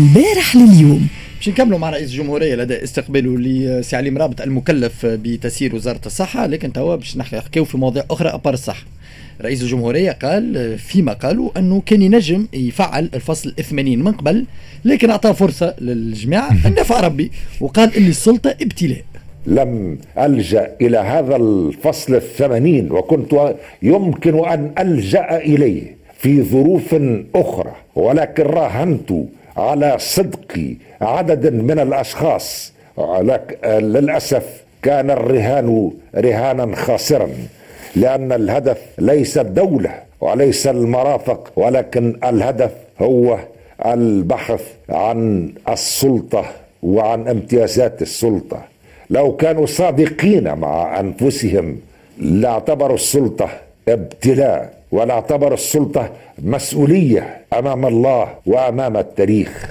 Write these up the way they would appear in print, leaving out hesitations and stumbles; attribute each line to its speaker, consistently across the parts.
Speaker 1: امبارح لليوم.
Speaker 2: باش نكملوا مع رئيس الجمهورية لدى استقباله لسي علي مرابط المكلف بتسيير وزارة الصحة، لكن توا باش نحكيو في مواضيع أخرى أبار الصحة. رئيس الجمهورية قال فيما قالوا أنه كان ينجم يفعل الفصل 80 من قبل، لكن أعطاه فرصة للجماعة النفع ربي، وقال أن السلطة ابتلاء.
Speaker 3: لم ألجأ إلى هذا الفصل 80 وكنت يمكن أن ألجأ إليه في ظروف أخرى، ولكن راهنت على صدق عدد من الأشخاص. للأسف كان الرهان رهانا خاسرا، لأن الهدف ليس الدولة وليس المرافق، ولكن الهدف هو البحث عن السلطة وعن امتيازات السلطة. لو كانوا صادقين مع أنفسهم لاعتبروا السلطة ابتلاء، ولا اعتبروا السلطة مسؤولية أمام الله وأمام التاريخ.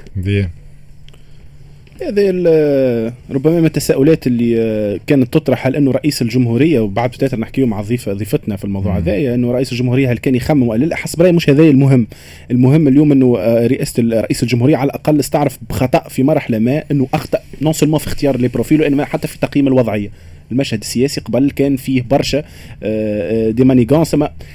Speaker 4: هذه ربما من التساؤلات اللي كانت تطرح، هل انه رئيس الجمهوريه، وبعد بتاتر نحكيه مع ضيفتنا في الموضوع هذا، انه رئيس الجمهوريه هل كان يخمم ولا لا؟ حسب رايي مش هذا المهم اليوم انه رئيس الجمهوريه على الاقل استعرف بخطا في مرحله ما، انه اخطا نون سولمون في اختيار لي بروفيل، وانما حتى في تقييم الوضعيه. المشهد السياسي قبل كان فيه برشا دي مانيغانس،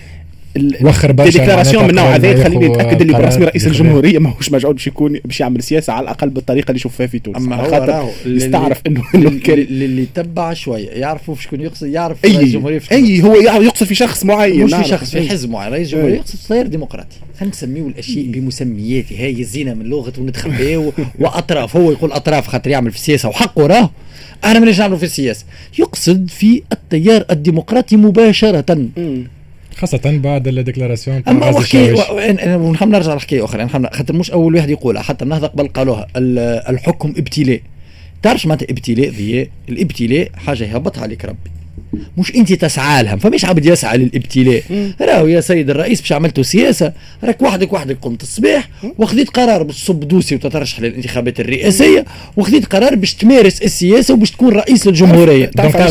Speaker 5: وخر برشا
Speaker 4: ديكلاراسيون من نوع هذا تخليني نتاكد اللي برسمي رئيس الجمهوريه ماهوش مجعود باش يعمل سياسه على الاقل بالطريقه اللي يشوفها في تونس.
Speaker 2: اما
Speaker 4: هو يستعرف انه
Speaker 2: اللي تبع شويه يعرفوا شكون يقصد، يعرف رئيس الجمهوريه
Speaker 4: هو يقصد في شخص معين،
Speaker 2: مش في شخص في حزب معين. رئيس الجمهوريه يقصد تيار ديمقراطي، خلينا نسميو الاشياء بمسمياتها، هاي الزينه من لغه ونتخبيه واطراف. هو يقول اطراف خاطر يعمل في السياسه وحقه، راه انا مانيش نعمل في السياسه. يقصد في التيار الديمقراطي مباشره،
Speaker 5: خاصة بعد الديكلاراسيون.
Speaker 2: أما ونحن نرجع لحكاية أخرى، خاطر مش أول واحد يقولها، حتى النهضة قبل قالوها الحكم ابتلاء. تعرف معناتها ابتلاء؟ ذي الابتلاء حاجة يهبطها عليك ربي، مش انت تسعى لها. فمش عبد يسعى للابتلاء. راهو يا سيد الرئيس باش عملتوا سياسه، راك وحدك قمت الصباح وخذيت قرار باش تصب دوسي وتترشح للانتخابات الرئاسيه، وخذيت قرار باش تمارس السياسه وباش تكون رئيس للجمهوريه.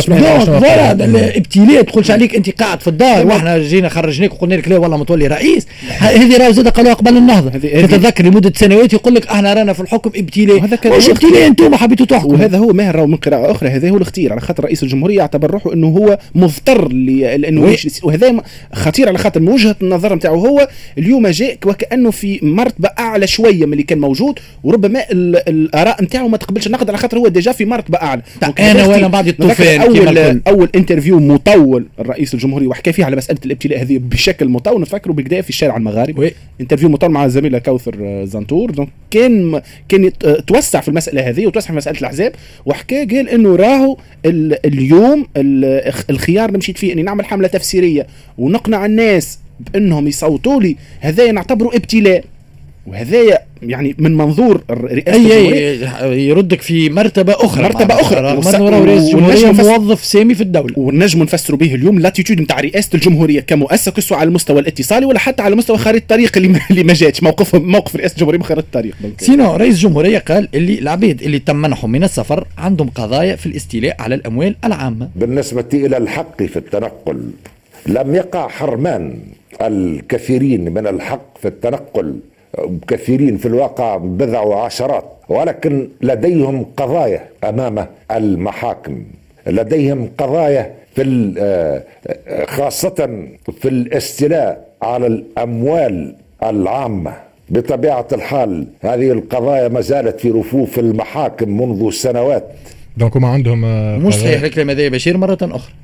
Speaker 2: الابتلاء تقولش عليك انت قاعد في الدار واحنا جينا خرجناك وقلنا لك لا والله متولي رئيس. هذه راهو زاد قالوها قبل النهضه، تتذكر لمده سنوات يقول لك احنا رانا في الحكم ابتلاء. مش ابتلاء، انتم حبيتوا تحكموا.
Speaker 4: وهذا هو ماهر راهو من قراءه اخرى، هذا هو الاختيار، على خاطر رئيس الجمهوريه يعتبر روحه انه هو مضطر لانه وهذا خطير على خاطر من وجهه النظر نتاعو هو اليوم جاء وكانه في مرتبه اعلى شويه من اللي كان موجود، وربما الاراء نتاعو ما تقبلش النقد على خاطر هو ديجا في مرتبه اعلى.
Speaker 2: انا وانا بعد الطوفان
Speaker 4: اول انترفيو مطول الرئيس الجمهوري وحكى فيه على مساله الابتلاء هذه بشكل مطول، نفكروا بالبدايه في الشارع المغاربي، انترفيو مطول مع الزميله كوثر زنتور. دونك كان توسع في المساله هذه وتوسع في مساله الاحزاب، وحكى قال انه راهو اليوم الخيار اللي مشيت فيه اني نعمل حمله تفسيريه ونقنع الناس بانهم يصوتوا لي، هذا نعتبره ابتلاء. وهذا يعني من منظور رئاسه
Speaker 2: يردك في مرتبه اخرى
Speaker 4: رئيس الجمهوريه
Speaker 2: موظف سامي في الدوله.
Speaker 4: ونجم نفسروا به اليوم لاتيتود نتاع رئاسه الجمهوريه كمؤسسه، كسوا على المستوى الاتصالي ولا حتى على مستوى خارطه الطريق اللي ما جاتش موقف رئاسه الجمهوريه بخارطه الطريق.
Speaker 2: سينو رئيس الجمهوريه قال اللي العبيد اللي تم منحهم من السفر عندهم قضايا في الاستيلاء على الاموال العامه.
Speaker 3: بالنسبه الى الحق في التنقل، لم يقع حرمان الكثيرين من الحق في التنقل، كثيرين في الواقع بضع وعشرات، ولكن لديهم قضايا أمام المحاكم، لديهم قضايا في خاصة في الاستيلاء على الأموال العامة. بطبيعة الحال هذه القضايا ما زالت في رفوف المحاكم منذ سنوات.
Speaker 5: دونك ما عندهم
Speaker 2: مش صحيح الكلام هذا يا بشير. مرة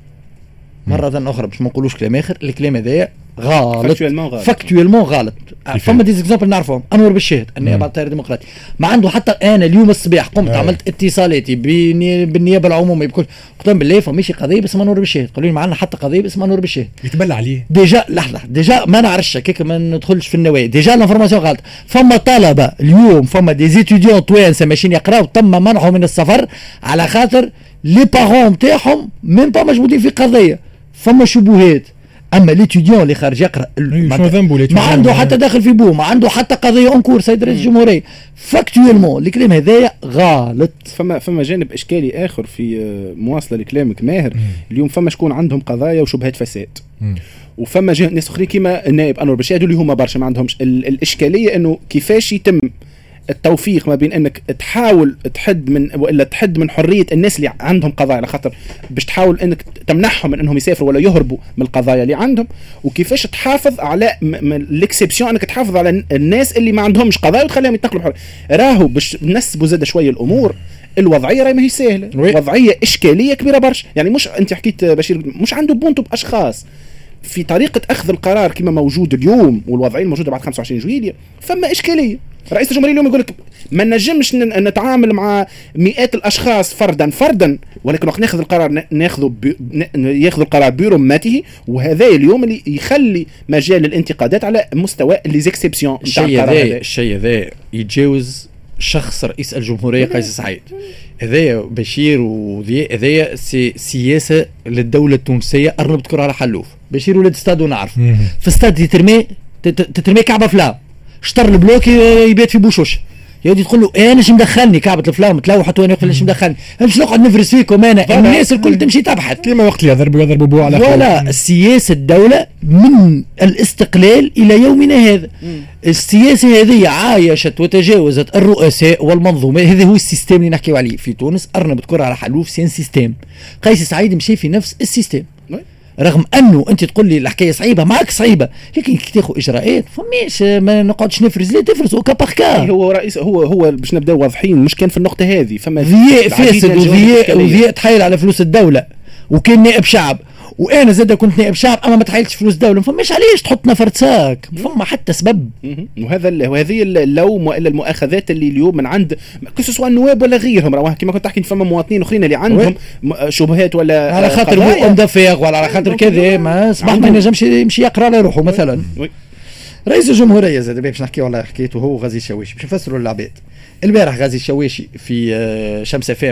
Speaker 2: أخرى باش ما نقولوش كلام آخر، الكلام هذا غلط فاكتويلمون غلط. فما دي اكزامبل نعرفهم. انور بالشهد النيابه التيار الديمقراطي ما عنده، حتى انا اليوم الصباح قمت عملت اتصالاتي بالنيابه العموميه بكل قلت بالله فماشي قضيه باسم انور بالشهد، قالوا لي معنا حتى قضيه باسم انور بالشهد
Speaker 5: يتبلى عليه
Speaker 2: ديجا. لحظه ديجا ما نعرفش كيك ما ندخلش في النوايا، ديجا الانفورماسيون غلط. فما طلبه اليوم، فما دي زيتيديون توانسه ماشيين يقراو تم منعهم من السفر على خاطر لي بارون نتاعهم ميم با مجبودين في قضيه. فما شبهات. اما ليتيديون اللي خارج يقرا ما عنده حتى داخل في بو، ما عنده حتى قضيه انكور سيد رئيس الجمهوريه. فاكتويلمون الكلام هذايا غلط.
Speaker 4: فما جانب اشكالي اخر في مواصله لكلامك ماهر. اليوم فما شكون عندهم قضايا وشبهات فساد، وفما ناس اخرين كيما النائب انور بشهد اللي هما برشا ما عندهمش. الاشكاليه انه كيفاش يتم التوفيق ما بين انك تحاول تحد من حريه الناس اللي عندهم قضايا، على خاطر باش تحاول انك تمنحهم من انهم يسافروا ولا يهربوا من القضايا اللي عندهم، وكيفاش تحافظ على الاكسبسيون انك تحافظ على الناس اللي ما عندهمش قضايا وتخليهم ينتقلوا بحريه. راهو باش نسبوا زاد شويه الامور، الوضعيه راهي ماهي سهله، وضعيه اشكاليه كبيره برشا. يعني مش انت حكيت بشير مش عنده بونتو باشخاص في طريقه اخذ القرار كما موجود اليوم، والوضعيه الموجوده بعد 25 جويلية فما اشكاليه. رئيس الجمهوريه اليوم يقول لك ما نجمش نتعامل مع مئات الاشخاص فردا، ولكن وقت ناخذ القرار ياخذ القرار برمته، وهذا اليوم اللي يخلي مجال الانتقادات على مستوى لي زيكسيبسيون.
Speaker 2: الشيء هذا يتجاوز شخص رئيس الجمهوريه قيس سعيد. هذايا بشير وذي هذايا سياسه للدوله التونسيه قرب تكون على حلوف. بشير ولد استاد ونعرف في استاد تترمي كعبه فلام، شطر البلوك يبيت في بوشوش، يودي تقول له انا ايش مدخلني كعبه الفلام تلوحت وانا ايش مدخلني، مش نقعد نفرس فيكم انا الناس الكل تمشي تبحث
Speaker 5: كيما وقت اللي يضربوا بو على
Speaker 2: ولا سياسه الدوله من الاستقلال الى يومنا هذا. السياسه هذه عايشت وتجاوزت الرؤساء والمنظومه. هذا هو السيستم اللي نحكيو عليه في تونس. ارنب تكون على حلوف سين سيستم. قيس سعيد مشي في نفس السيستم، رغم انه انت تقول لي الحكايه صعيبه معك صعيبه، لكن كي تاخذ اجراءات فماش ما نقعدش نفرز ليه تفرز او كاباركا.
Speaker 4: هو رئيس هو باش نبداو واضحين، مش كان في النقطه هذه فما
Speaker 2: ذياء فاسد وذياء تحايل على فلوس الدوله، وكان نائب شعب وانا زاد كنت نائب شعب اما ما تحايلش فلوس الدوله، فماش علاش تحطنا فرتساك فما حتى سبب.
Speaker 4: وهذه اللوم والا المؤاخذات اللي اليوم من عند سواء النواب ولا غيرهم، راه كما كنت تحكي فما مواطنين اخرين اللي عندهم شبهات ولا
Speaker 2: على خاطر هو ام دافير ولا على خاطر كذا ما صباح ما ينجمش يمشي يقرا على روحه مثلا. رئيس الجمهوريه زاد باش نحكيو على حكايته هو غازي الشواشي باش نفسروا للعباد. البارح غازي الشواشي في شمس فام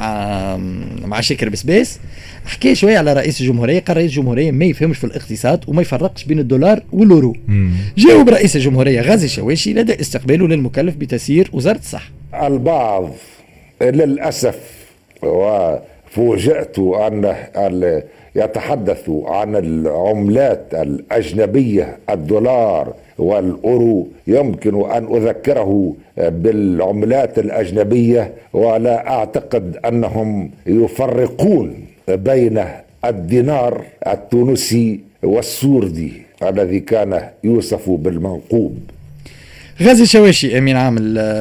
Speaker 2: مع شكر بسباس حكى شويه على رئيس الجمهوريه. قال رئيس الجمهوريه ما يفهمش في الاقتصاد وما يفرقش بين الدولار واليورو. جاوب رئيس الجمهوريه غازي الشواشي لدى استقباله للمكلف بتسيير وزاره الصحه.
Speaker 3: البعض للاسف وفوجئت ان يتحدث عن العملات الأجنبية الدولار والأورو. يمكن أن أذكره بالعملات الأجنبية، ولا أعتقد أنهم يفرقون بين الدينار التونسي والسوردي الذي كان يوصف بالمنقوب.
Speaker 2: غازي الشواشي امين عام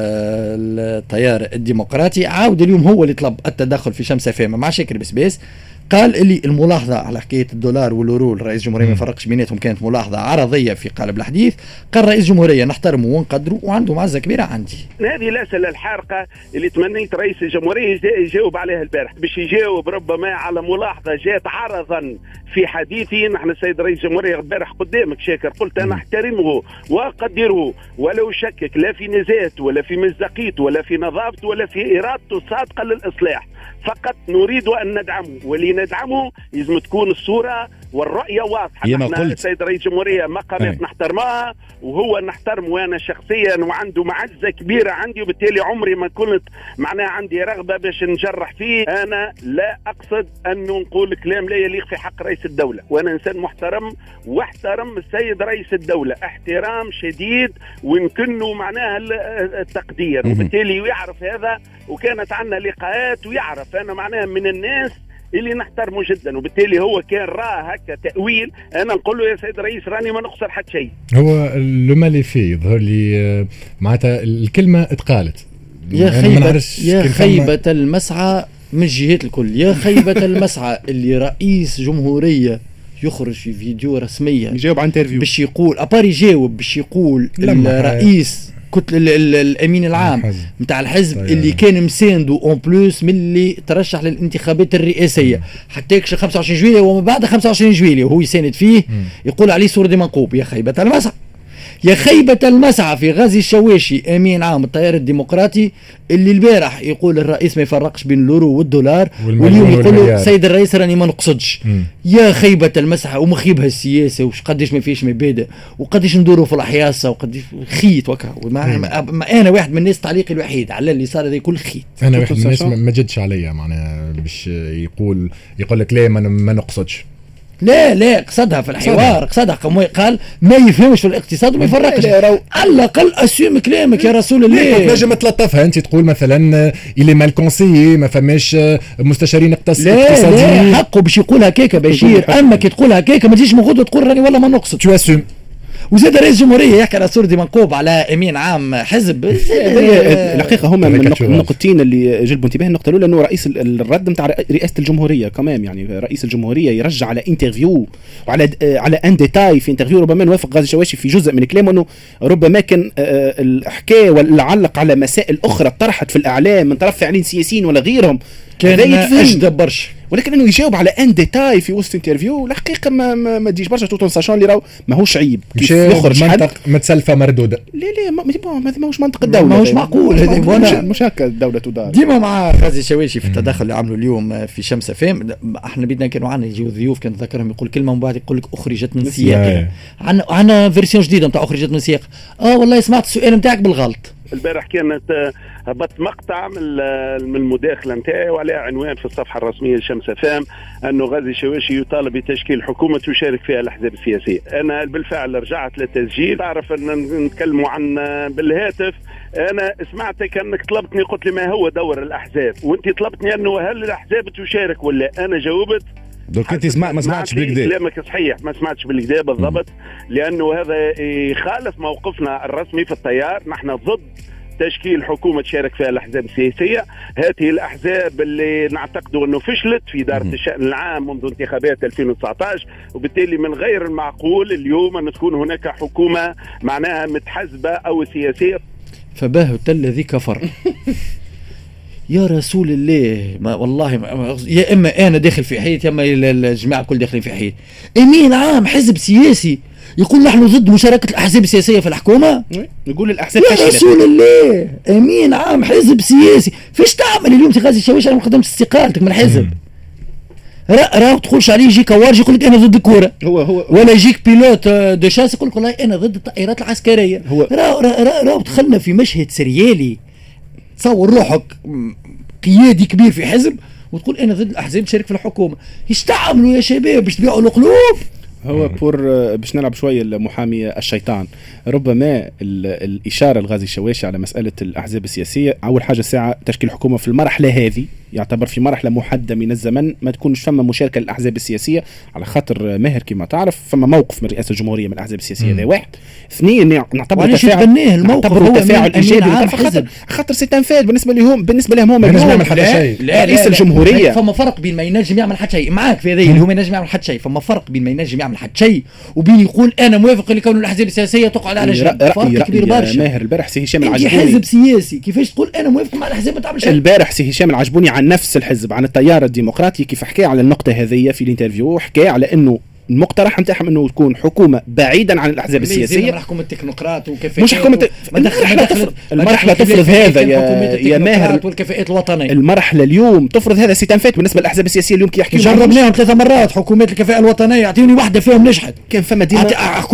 Speaker 2: التيار الديمقراطي عاود اليوم هو اللي طلب التدخل في شمس فام مع شكر بسباس. قال اللي الملاحظة على حكاية الدولار واليورو الرئيس الجمهورية ما يفرقش بيناتهم كانت ملاحظة عرضية في قالب الحديث. قال رئيس الجمهورية نحترمه ونقدره وعنده معزة كبيرة عندي.
Speaker 1: هذه الأسئلة الحارقة اللي تمنيت رئيس الجمهورية يجاوب عليها البارح، باش يجاوب ربما على ملاحظة جات عرضا في حديثي. نحن السيد رئيس الجمهورية البارح قدامك شاكر قلت أنا أحترمه وأقدره ولو شكك لا في نزاهته ولا في مصداقيته ولا في نظافته ولا في إرادته الصادقة للإصلاح، فقط نريد أن ندعمه، ولندعمه لازم تكون الصورة والرؤية واضحة. نحن السيد رئيس الجمهورية مقامات نحترمها وهو نحترمه وأنا شخصيا، وعنده معزة كبيرة عندي، وبالتالي عمري ما كنت معناها عندي رغبة باش نجرح فيه. أنا لا أقصد أنه نقول كلام لا يليق في حق رئيس الدولة، وأنا إنسان محترم واحترم السيد رئيس الدولة احترام شديد ويمكنه معناها التقدير، وبالتالي يعرف هذا، وكانت عنا لقاءات ويعرف أنا معناها من الناس اللي نحترمه جدا، وبالتالي هو كان راه هكا تأويل. أنا نقول له يا سيد رئيس راني ما نقصر حتى شيء.
Speaker 5: هو لما اللي فيه يظهر لي معناتها الكلمة اتقالت
Speaker 2: يا خيبة المسعى من الجهات الكل، يا خيبة المسعى اللي رئيس جمهورية يخرج في فيديو رسمية
Speaker 4: يجاوب عن انترفيو
Speaker 2: باش يقول أبار يجاوب باش يقول الرئيس الامين العام نتاع الحزب اللي كان مساندو اون بلوس من اللي ترشح للانتخابات الرئاسيه حتى يكشف 25 جويلية وما بعد 25 جويلية وهو يساند فيه يقول عليه صورة دي منقوب. يا خيبة المسعى، يا خيبة المسعى في غازي الشواشي امين عام التيار الديمقراطي اللي البارح يقول الرئيس ما يفرقش بين اليورو والدولار، واليوم يقول له سيد الرئيس راني ما نقصدش. يا خيبة المسعى ومخيبها السياسة وش قديش ما فيش مبادئ وقديش ندوروا في الحياصة وقديش خيط وكا. انا واحد من الناس تعليقي الوحيد على اللي صار هذا كل خيط.
Speaker 5: انا واحد من الناس ما جدش عليا معناها باش يقول لك لا ما نقصدش.
Speaker 2: لا قصدها في الحوار، قصدها قال ما يفهمش في الاقتصاد وما يفرقش. على الاقل اسيوم كلامك يا رسول الله.
Speaker 5: نجم تلطفها انت تقول مثلا الي مال كونسيي، ما فماش مستشارين اقتصاديين.
Speaker 2: لا حقه باش يقول هكاك بشير، اما كي تقول هكاك ما تجيش من غدوه تقول راني والله ما نقصد.
Speaker 5: تو اسيوم.
Speaker 2: وزاد رئيس الجمهوريه يحكي على صورة منقوب على امين عام حزب.
Speaker 4: الحقيقه هما من النقطتين اللي جلبوا انتباه. النقطه الاولى انه رئيس الرد نتاع رئاسه الجمهوريه كمان، يعني رئيس الجمهوريه يرجع على انترفيو وعلى ان ديتاي في انترفيو ربما نوافق غازي الشواشي في جزء من كلامه، انه ربما كان الحكايه والعلق على مسائل اخرى طرحت في الاعلام من طرف فاعلين سياسيين ولا غيرهم
Speaker 2: كان اجدب برشا،
Speaker 4: ولكن انه يجاوب على ان ديتاي في وسط انترفيو الحقيقه ما تجيش برشا توتون ساشون اللي راهو ماهوش عيب كيف يخرج
Speaker 5: منطق متسلفه مردوده.
Speaker 4: لا ماهوش منطق الدوله،
Speaker 2: ماهوش معقول هذا.
Speaker 4: مش هكا الدوله تدار.
Speaker 2: ديما مع غازي الشواشي في التدخل اللي عملوا اليوم في شمس فام. احنا بدنا كانوا عندنا يجيو ضيوف كان ذكرهم يقول كلمه ومن بعد يقول لك اخرجت من سياق. عندنا فيرسيون جديده نتاع اخرجت من سياق. والله سمعت السؤال نتاعك بالغلط.
Speaker 1: البارح كانت هبط مقطع من المداخله نتاعي وعليه عنوان في الصفحه الرسميه لشمس فام انه غازي الشواشي يطالب بتشكيل حكومه تشارك فيها الاحزاب السياسيه. انا بالفعل رجعت للتسجيل، تعرف ان نتكلموا عن بالهاتف. انا سمعتك انك طلبتني، قلت لي ما هو دور الاحزاب، وانت طلبتني انه هل الاحزاب تشارك ولا. انا جاوبت
Speaker 3: دوك انت ما سمعتش بالكدا.
Speaker 1: كلامك صحيح، ما سمعتش بالكدا بالضبط، لانه هذا يخالف موقفنا الرسمي في التيار. نحن ضد تشكيل حكومة تشارك فيها الأحزاب السياسية. هذه الأحزاب اللي نعتقد أنه فشلت في إدارة الشأن العام منذ انتخابات 2019، وبالتالي من غير المعقول اليوم أن تكون هناك حكومة معناها متحزبة أو سياسية.
Speaker 2: فباهت الذي كفر. يا رسول الله، ما والله يا إما أنا داخل في حيط يا إما الجماعة الكل داخلين في حيط. أمين عام حزب سياسي يقول نحن ضد مشاركة الأحزاب السياسية في الحكومة.
Speaker 4: يقول الأحزاب
Speaker 2: يا رسول الله، أمين عام حزب سياسي. فيش تعمل اليوم غازي الشواشي على مقدمة استقالتك من الحزب؟ راه تقولش عليه يجيك وارج يقول لك أنا ضد الكورة،
Speaker 4: هو
Speaker 2: ولا يجيك بيلوت دو شاس يقول لك والله أنا ضد الطائرات العسكرية. راه دخلنا في مشهد سريالي. تصور روحك قيادي كبير في حزب وتقول أنا ضد الأحزاب تشارك في الحكومة. ايش تعملوا يا شباب باش تبيعوا القلوب؟
Speaker 4: هو باش نلعب شويه المحامي الشيطان. ربما الاشاره لغازي الشواشي على مساله الاحزاب السياسيه، اول حاجه الساعه تشكيل حكومه في المرحله هذه يعتبر في مرحله محدده من الزمن ما تكونش فما مشاركه للاحزاب السياسيه، على خاطر ماهر كما تعرف فما موقف من رئاسه الجمهوريه من الاحزاب السياسيه. هذا واحد. اثنين نعتبر تفاعل ايجابي خاطر سي تنفاذ بالنسبه لهم هم رئيس الجمهوريه.
Speaker 2: فما فرق بين ما ينجم يعمل حتى شيء معاك في هذه اللي هو ما ينجم يعمل حتى شيء. فما فرق بين ما ينجم يعمل حتى شيء وبين يقول انا موافق لكون الاحزاب السياسيه تقعد على جنب. فرق كبير برشا.
Speaker 4: ماهر البارح سي هشام العجبوني
Speaker 2: حزب سياسي كيفاش تقول انا موافق مع الاحزاب ما تعمل شيء؟
Speaker 4: البارح سي هشام العجبوني عن نفس الحزب عن التيار الديمقراطي كيف حكى على النقطه هذه في الانترفيو، حكى على انه المقترح نتاعهم انه تكون حكومه بعيدا عن الاحزاب السياسيه.
Speaker 2: حكومه التكنوقراط وكفاءات
Speaker 4: مش حكومه المرحله تفرض هذا يا ماهر
Speaker 2: والكفاءات الوطنيه.
Speaker 4: المرحله اليوم تفرض هذا سي تنفات بالنسبه للاحزاب السياسيه اليوم كي يحكيوا.
Speaker 2: جربناهم 3 مرات حكومات الكفاءه الوطنيه، اعطيوني واحده فيهم نجحت.
Speaker 4: كان فما ديما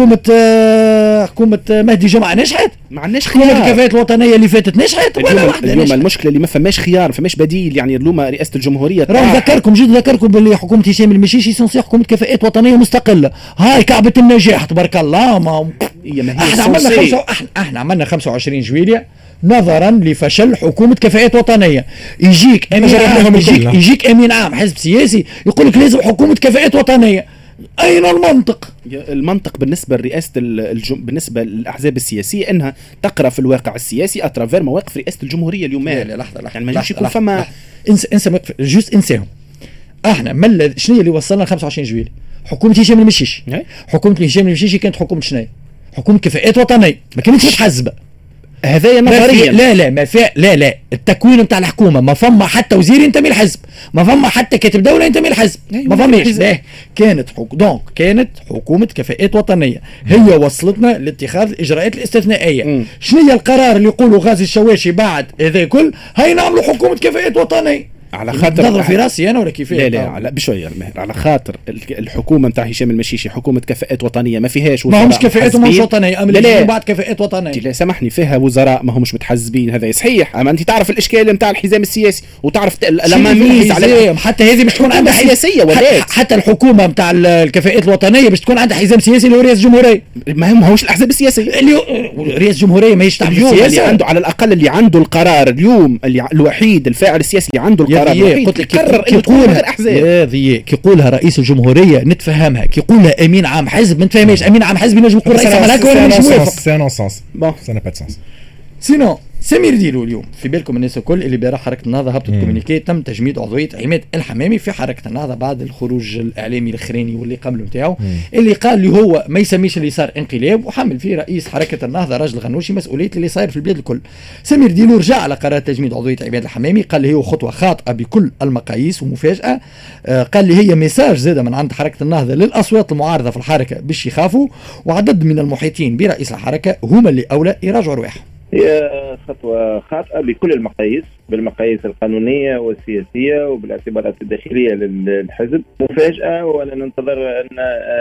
Speaker 2: حكومه مهدي جمعه نجحت،
Speaker 4: ما عندناش
Speaker 2: خيار. حكومه الكفاءات الوطنيه اللي فاتت نجحت ولا واحده
Speaker 4: اليوم المشكله اللي ما فماش خيار، ما فماش بديل. يعني اليوم رئاسه الجمهوريه
Speaker 2: راه نذكركم باللي حكومه هشام المشيشي سنصيح حكومه كفاءات وطنيه مستقله. هاي كعبة النجاح تبارك الله. ما احنا عملنا 25 جويلية نظرا لفشل حكومة كفاءات وطنية. يجيك امين عام حزب سياسي يقول لك لازم حكومة كفاءات وطنية. اين المنطق؟
Speaker 4: المنطق بالنسبه لرئاسه بالنسبه للاحزاب السياسيه انها تقرا في الواقع السياسي اترافير مواقف رئاسه الجمهوريه اليوم.
Speaker 2: لا لحظه
Speaker 4: يعني ما يجيش يكون فما
Speaker 2: انسى جوست انساهم. احنا شنو اللي وصلنا 25 جويلية؟ حكومة هشام المشيشي. حكومة هشام المشيشي كانت حكومة شنو؟ حكومة كفاءات وطنية، ما كانتش متحزبة.
Speaker 4: هذايا نظريا.
Speaker 2: لا التكوين نتاع الحكومة ما فما حتى وزير ينتمي للحزب، ما فما حتى كاتب دولة ينتمي للحزب، ما فماش. كانت حكومة كفاءات وطنية هي وصلتنا لاتخاذ الإجراءات الاستثنائية. شنو هي القرار اللي يقولوا غازي الشواشي بعد هذا كل؟ هاي نعملوا حكومة كفاءات وطنية.
Speaker 4: على خاطر
Speaker 2: نضرب في راسي انا ولا كيف؟
Speaker 4: لا على بشويه المهر، على خاطر الحكومه نتاع هشام المشيشي حكومه كفاءات وطنيه ما فيهاش
Speaker 2: ما همش كفاءات ومش وطنيه.
Speaker 4: لا
Speaker 2: بعد كفاءات وطنيه،
Speaker 4: لا سامحني، فيها وزراء ما همش متحزبين، هذا صحيح. اما انت تعرف الاشكال نتاع الحزام السياسي وتعرف لما نميز على
Speaker 2: حتى هذه مش تكون عندها
Speaker 4: سياسيه ولا
Speaker 2: حتى الحكومه نتاع الكفاءات الوطنيه باش تكون عندها حزام سياسي اللي هو رئيس الجمهوريه.
Speaker 4: ما هوش الاحزاب السياسيه
Speaker 2: رئيس الجمهوريه ماهيش تعمل
Speaker 4: السياسه اللي عنده على الاقل اللي عنده القرار اليوم، اللي الوحيد الفاعل السياسي اللي عنده القرار الوحيد
Speaker 2: قلت لك كي يقولها رئيس الجمهوريه نتفهمها، كي يقولها امين عام حزب ما نتفهمهاش. امين عام حزب ينجم يقول رئيس عمل هكا ولا مش موافق.
Speaker 5: سي ان سونس سا با سونس.
Speaker 2: سينو سمير ديلو اليوم في بالكم الناس الكل اللي بيرى حركه النهضه هبطت كومونيكي تم تجميد عضويه عماد الحمامي في حركه النهضه بعد الخروج الاعلامي الاخراني واللي قبله نتاعو اللي قال لي هو ما يسميش اللي صار انقلاب، وحمل فيه رئيس حركه النهضه راجل غنوشي مسؤوليه اللي صاير في البلاد الكل. سمير ديلو رجع على قرار تجميد عضويه عماد الحمامي، قال لي هو خطوه خاطئه بكل المقاييس ومفاجاه. قال لي هي ميساج زاد من عند حركه النهضه للاصوات المعارضه في الحركه باش يخافوا، وعدد من المحيطين برئيس الحركه هما اللي اولى يراجعوا رواحهم.
Speaker 6: هي خطوة خاطئة بكل المقاييس، بالمقاييس القانونية والسياسية وبالاعتبارات الداخلية للحزب. مفاجأة، ولا ننتظر أن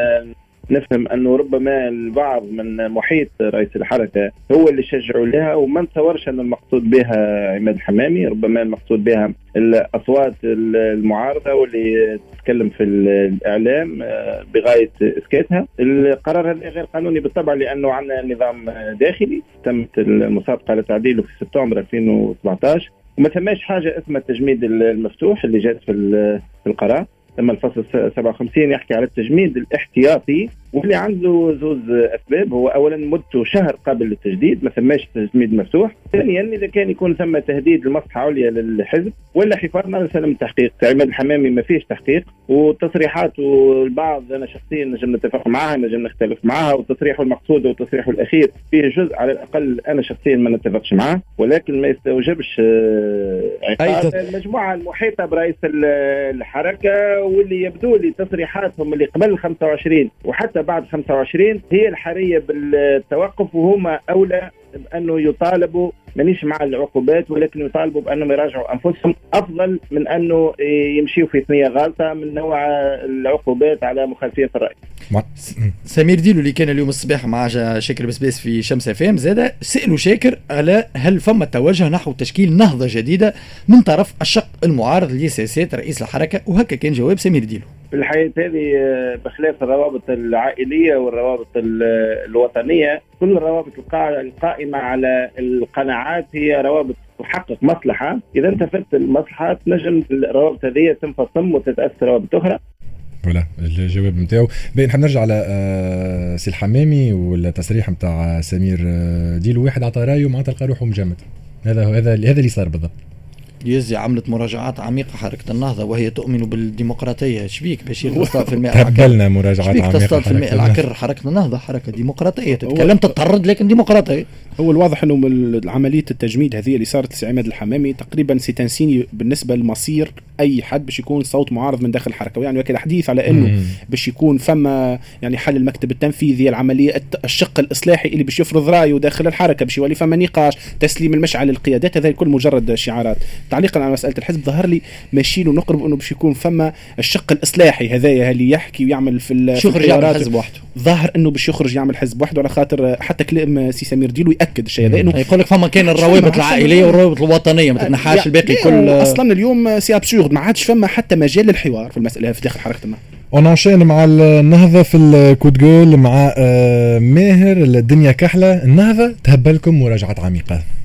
Speaker 6: نفهم أنه ربما البعض من محيط رئيس الحركة هو اللي شجعوا لها، وما نتصورش أن المقصود بها عماد الحمامي. ربما المقصود بها الأصوات المعارضة واللي تتكلم في الإعلام بغاية إسكاتها. القرار هذا غير قانوني بالطبع، لأنه عندنا نظام داخلي تمت المسابقة لتعديله في سبتمبر 2017، وما ثماش حاجة اسمها التجميد المفتوح اللي جات في القرار. ثم الفصل 57 يحكي على التجميد الاحتياطي، واللي عنده زوز أسباب. هو أولا مدته شهر قبل التجديد، ما ثماش تجميد مفتوح. ثانيا إذا كان يكون ثم تهديد لمصلحة عليا للحزب ولا حفاظنا على سلم التحقيق. عماد الحمامي ما فيش تحقيق، وتصريحات والبعض أنا شخصيا نجم نتفق معها نجم نختلف معها، وتصريحه المقصود وتصريحه الأخير فيه جزء على الأقل أنا شخصيا ما نتفقش معه، ولكن ما يستوجبش عقاب المجموعة المحيطة برئيس الحركة، واللي يبدو لي تصريحاتهم اللي قبل 25 وحتى بعد 25 هي الحرية بالتوقف، وهم أولى بأنه يطالبوا مانيش مع العقوبات، ولكن يطالبوا بأنهم يراجعوا أنفسهم أفضل من أنه يمشيوا في ثنية غالطة من نوع العقوبات على مخالفين في الرأي.
Speaker 2: سمير ديلو اللي كان اليوم الصباح مع شاكر بسباس في شمس فام زاد سألوا شاكر على هل فما توجه نحو تشكيل نهضة جديدة من طرف الشق المعارض لسياسات رئيس الحركة، وهكا كان جواب سمير ديلو.
Speaker 6: في الحياة هذه بخلاف الروابط العائلية والروابط الوطنية، كل الروابط القائمة على القناعات هي روابط تحقق مصلحة. إذا انتفت المصلحة نجم الروابط هذه تنفصم وتتأثر روابط أخرى.
Speaker 5: ولا الجواب نتاعو باين. نحب نرجع على سي الحمامي والتصريح نتاع سمير ديلو. واحد عطى رايه معناتها لقى روحه مجمد. هذا اللي صار بالضبط.
Speaker 2: يزي عملت مراجعات عميقة حركة النهضة وهي تؤمن بالديمقراطية. شبيك بشير تصطاد في الماء العكر؟
Speaker 5: تقبلنا مراجعات عميقة.
Speaker 2: تصطاد في الماء العكر. حركة النهضة حركة ديمقراطية تتكلم تتطرد لكن ديمقراطية.
Speaker 4: هو الواضح انه من عملية التجميد هذه اللي صارت في عماد الحمامي تقريبا ستنسيني بالنسبة لمصير اي حد باش يكون صوت معارض من داخل الحركة. يعني وكان حديث على انه باش يكون فما يعني حل المكتب التنفيذي، العملية الشق الاصلاحي اللي باش يفرض رايه داخل الحركة، باش يولي فما نقاش، تسليم المشعل للقيادات. هذا كل مجرد شعارات. تعليقا على مسألة الحزب ظهر لي ماشي له نقرب انه باش يكون فما الشق الاصلاحي هذايا اللي يحكي ويعمل في
Speaker 2: الخيارات. حزب وحده
Speaker 4: ظاهر انه باش يخرج يعمل حزب وحده، على خاطر حتى كلام سي سمير ديلو ياكد الشيء هذا. انه
Speaker 2: يقول لك فما كان الروابط العائليه والروابط الوطنيه ما تنحاش الباقي كل.
Speaker 4: اصلا اليوم سي ابسورد ما عادش فما حتى مجال للحوار في المساله في داخل حركتنا.
Speaker 5: وننشين مع النهضة في الكود جول مع ماهر. الدنيا كحلة، النهضة تهبلكم مراجعات عميقة.